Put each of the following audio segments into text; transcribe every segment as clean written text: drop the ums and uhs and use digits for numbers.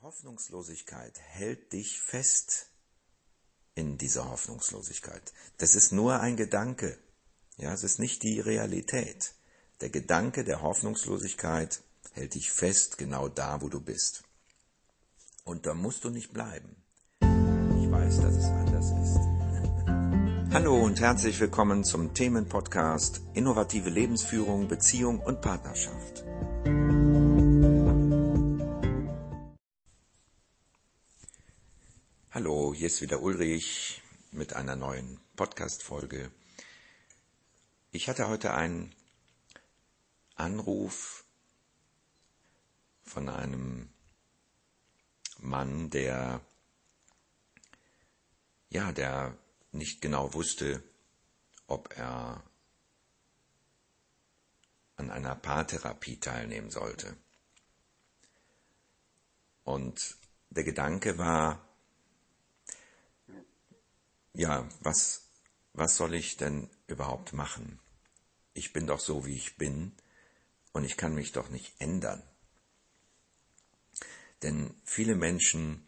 Hoffnungslosigkeit hält dich fest in dieser Hoffnungslosigkeit. Das ist nur ein Gedanke. Ja, es ist nicht die Realität. Der Gedanke der Hoffnungslosigkeit hält dich fest genau da, wo du bist. Und da musst du nicht bleiben. Ich weiß, dass es anders ist. Hallo und herzlich willkommen zum Themenpodcast Innovative Lebensführung, Beziehung und Partnerschaft. Hallo, hier ist wieder Ulrich mit einer neuen Podcast-Folge. Ich hatte heute einen Anruf von einem Mann, der nicht genau wusste, ob er an einer Paartherapie teilnehmen sollte. Und der Gedanke war, was soll ich denn überhaupt machen? Ich bin doch so, wie ich bin, und ich kann mich doch nicht ändern. Denn viele Menschen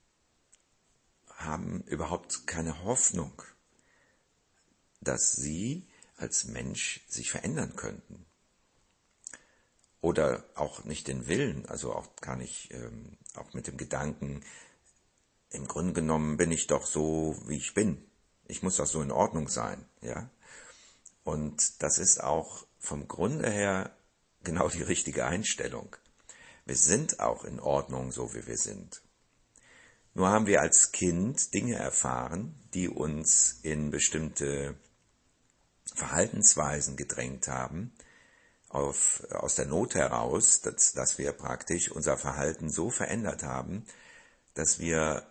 haben überhaupt keine Hoffnung, dass sie als Mensch sich verändern könnten. Oder auch nicht den Willen, also auch gar nicht, auch mit dem Gedanken, im Grunde genommen bin ich doch so, wie ich bin. Ich muss doch so in Ordnung sein, ja. Und das ist auch vom Grunde her genau die richtige Einstellung. Wir sind auch in Ordnung, so wie wir sind. Nur haben wir als Kind Dinge erfahren, die uns in bestimmte Verhaltensweisen gedrängt haben, aus der Not heraus, dass wir praktisch unser Verhalten so verändert haben, dass wir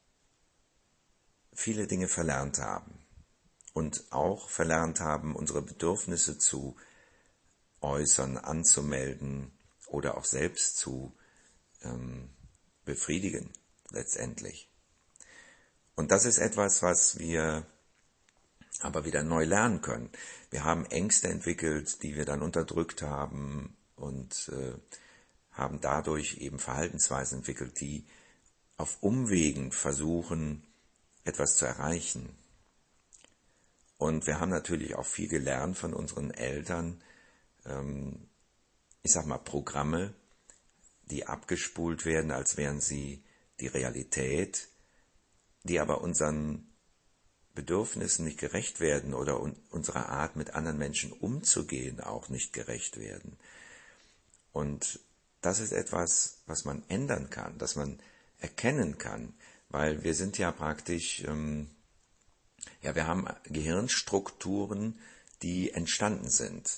viele Dinge verlernt haben und auch verlernt haben, unsere Bedürfnisse zu äußern, anzumelden oder auch selbst zu befriedigen, letztendlich. Und das ist etwas, was wir aber wieder neu lernen können. Wir haben Ängste entwickelt, die wir dann unterdrückt haben und haben dadurch eben Verhaltensweisen entwickelt, die auf Umwegen versuchen, etwas zu erreichen. Und wir haben natürlich auch viel gelernt von unseren Eltern, Programme, die abgespult werden, als wären sie die Realität, die aber unseren Bedürfnissen nicht gerecht werden oder unserer Art, mit anderen Menschen umzugehen, auch nicht gerecht werden. Und das ist etwas, was man ändern kann, das man erkennen kann, weil wir sind ja praktisch, wir haben Gehirnstrukturen, die entstanden sind.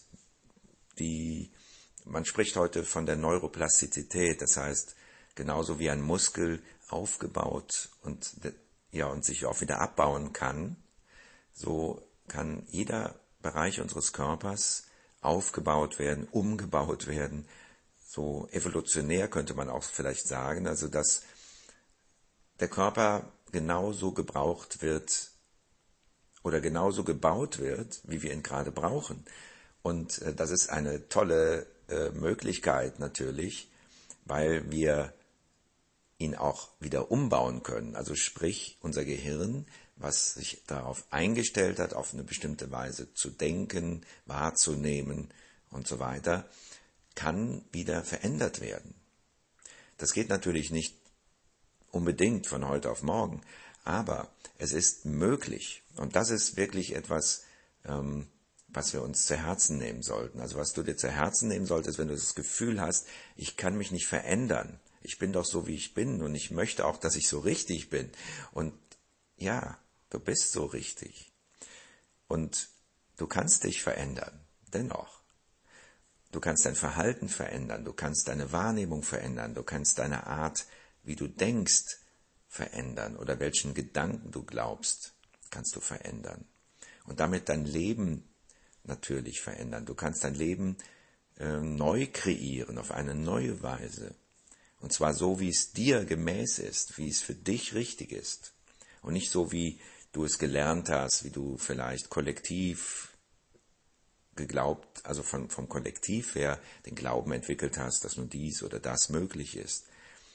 Man spricht heute von der Neuroplastizität, das heißt, genauso wie ein Muskel aufgebaut und sich auch wieder abbauen kann, so kann jeder Bereich unseres Körpers aufgebaut werden, umgebaut werden, so evolutionär könnte man auch vielleicht sagen, also dass der Körper genauso gebraucht wird oder genauso gebaut wird, wie wir ihn gerade brauchen. Und das ist eine tolle Möglichkeit natürlich, weil wir ihn auch wieder umbauen können. Also sprich, unser Gehirn, was sich darauf eingestellt hat, auf eine bestimmte Weise zu denken, wahrzunehmen und so weiter, kann wieder verändert werden. Das geht natürlich nicht unbedingt von heute auf morgen, aber es ist möglich. Und das ist wirklich etwas, was wir uns zu Herzen nehmen sollten. Also was du dir zu Herzen nehmen solltest, wenn du das Gefühl hast, ich kann mich nicht verändern. Ich bin doch so, wie ich bin und ich möchte auch, dass ich so richtig bin. Und ja, du bist so richtig. Und du kannst dich verändern, dennoch. Du kannst dein Verhalten verändern, du kannst deine Wahrnehmung verändern, du kannst deine Art, wie du denkst, verändern oder welchen Gedanken du glaubst, kannst du verändern. Und damit dein Leben natürlich verändern. Du kannst dein Leben neu kreieren, auf eine neue Weise. Und zwar so, wie es dir gemäß ist, wie es für dich richtig ist. Und nicht so, wie du es gelernt hast, wie du vielleicht kollektiv geglaubt, also vom Kollektiv her den Glauben entwickelt hast, dass nur dies oder das möglich ist.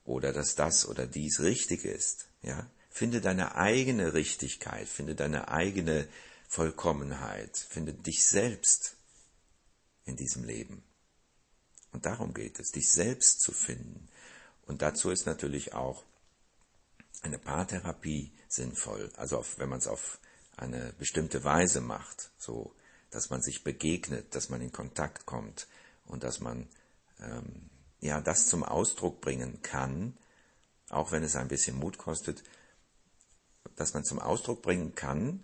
oder dass das oder dies richtig ist. Ja? Finde deine eigene Richtigkeit, finde deine eigene Vollkommenheit, finde dich selbst in diesem Leben. Und darum geht es, dich selbst zu finden. Und dazu ist natürlich auch eine Paartherapie sinnvoll, also wenn man es auf eine bestimmte Weise macht, so dass man sich begegnet, dass man in Kontakt kommt und dass man das zum Ausdruck bringen kann, auch wenn es ein bisschen Mut kostet, dass man zum Ausdruck bringen kann,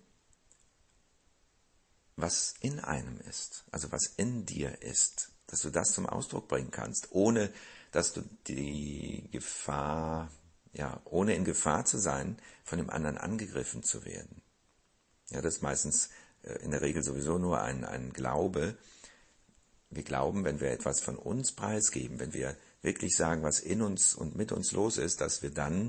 was in einem ist, also was in dir ist, dass du das zum Ausdruck bringen kannst, ohne dass du ohne in Gefahr zu sein, von dem anderen angegriffen zu werden. Ja, das ist meistens in der Regel sowieso nur ein Glaube. Wir glauben, wenn wir etwas von uns preisgeben, wenn wir wirklich sagen, was in uns und mit uns los ist, dass wir dann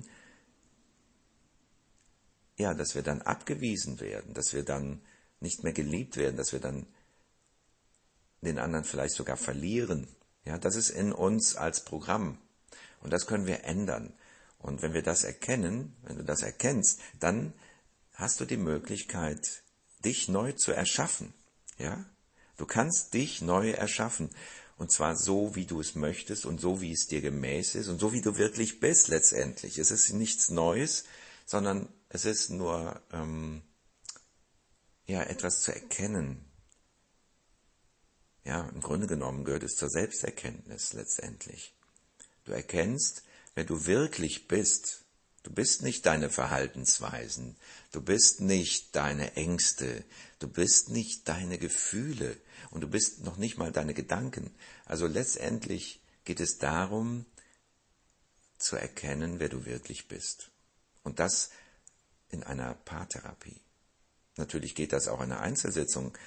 abgewiesen werden, dass wir dann nicht mehr geliebt werden, dass wir dann den anderen vielleicht sogar verlieren. Ja, das ist in uns als Programm. Und das können wir ändern. Und wenn wir das erkennen, wenn du das erkennst, dann hast du die Möglichkeit, dich neu zu erschaffen. Ja? Du kannst dich neu erschaffen. Und zwar so, wie du es möchtest und so, wie es dir gemäß ist und so, wie du wirklich bist letztendlich. Es ist nichts Neues, sondern es ist nur etwas zu erkennen. Ja, im Grunde genommen gehört es zur Selbsterkenntnis letztendlich. Du erkennst, wer du wirklich bist. Du bist nicht deine Verhaltensweisen, du bist nicht deine Ängste, du bist nicht deine Gefühle und du bist noch nicht mal deine Gedanken. Also letztendlich geht es darum, zu erkennen, wer du wirklich bist. Und das in einer Paartherapie. Natürlich geht das auch in einer Einzelsitzung.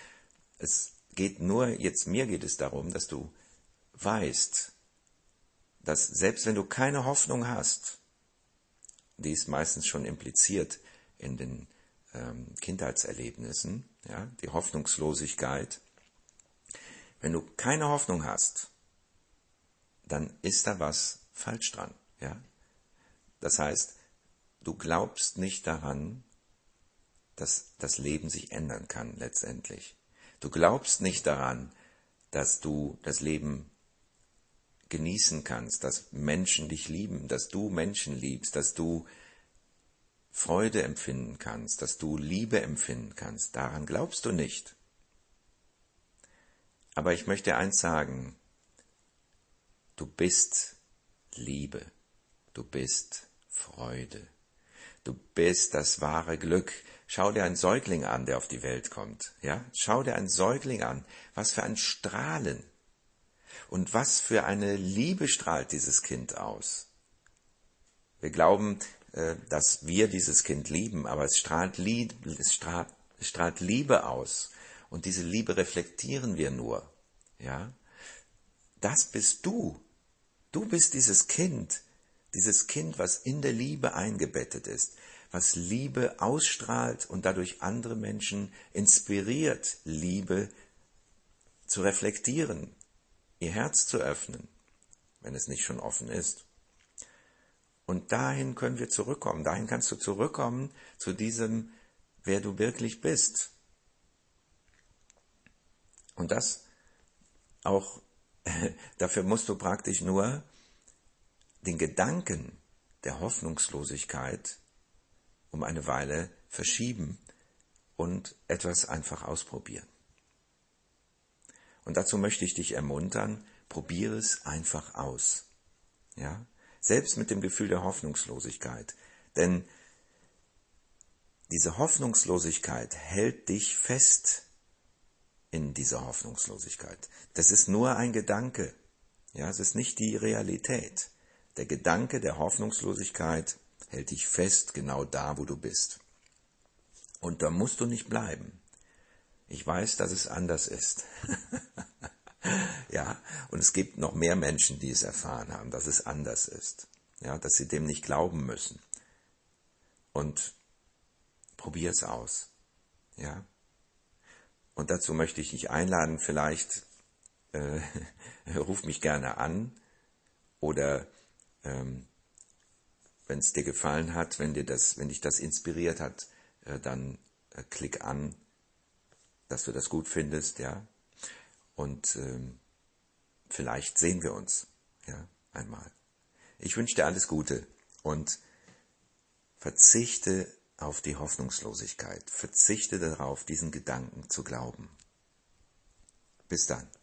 Mir geht es darum, dass du weißt, dass selbst wenn du keine Hoffnung hast, die ist meistens schon impliziert in den Kindheitserlebnissen, ja, die Hoffnungslosigkeit. Wenn du keine Hoffnung hast, dann ist da was falsch dran. Ja? Das heißt, du glaubst nicht daran, dass das Leben sich ändern kann letztendlich. Du glaubst nicht daran, dass du das Leben genießen kannst, dass Menschen dich lieben, dass du Menschen liebst, dass du Freude empfinden kannst, dass du Liebe empfinden kannst. Daran glaubst du nicht. Aber ich möchte eins sagen, du bist Liebe, du bist Freude, du bist das wahre Glück. Schau dir einen Säugling an, der auf die Welt kommt. Ja? Schau dir einen Säugling an, was für ein Strahlen. Und was für eine Liebe strahlt dieses Kind aus? Wir glauben, dass wir dieses Kind lieben, aber es strahlt Liebe aus. Und diese Liebe reflektieren wir nur. Ja? Das bist du. Du bist dieses Kind, was in der Liebe eingebettet ist, was Liebe ausstrahlt und dadurch andere Menschen inspiriert, Liebe zu reflektieren, ihr Herz zu öffnen, wenn es nicht schon offen ist. Und dahin können wir zurückkommen. Dahin kannst du zurückkommen zu diesem, wer du wirklich bist. Und das auch, dafür musst du praktisch nur den Gedanken der Hoffnungslosigkeit um eine Weile verschieben und etwas einfach ausprobieren. Und dazu möchte ich dich ermuntern, probiere es einfach aus. Ja? Selbst mit dem Gefühl der Hoffnungslosigkeit. Denn diese Hoffnungslosigkeit hält dich fest in dieser Hoffnungslosigkeit. Das ist nur ein Gedanke. Ja, es ist nicht die Realität. Der Gedanke der Hoffnungslosigkeit hält dich fest genau da, wo du bist. Und da musst du nicht bleiben. Ich weiß, dass es anders ist. Ja, und es gibt noch mehr Menschen, die es erfahren haben, dass es anders ist. Ja, dass sie dem nicht glauben müssen. Und probier es aus. Ja. Und dazu möchte ich dich einladen, vielleicht ruf mich gerne an oder wenn es dir gefallen hat, wenn dich das inspiriert hat, dann klick an, dass du das gut findest, ja. Und vielleicht sehen wir uns, ja, einmal. Ich wünsche dir alles Gute und verzichte auf die Hoffnungslosigkeit. Verzichte darauf, diesen Gedanken zu glauben. Bis dann.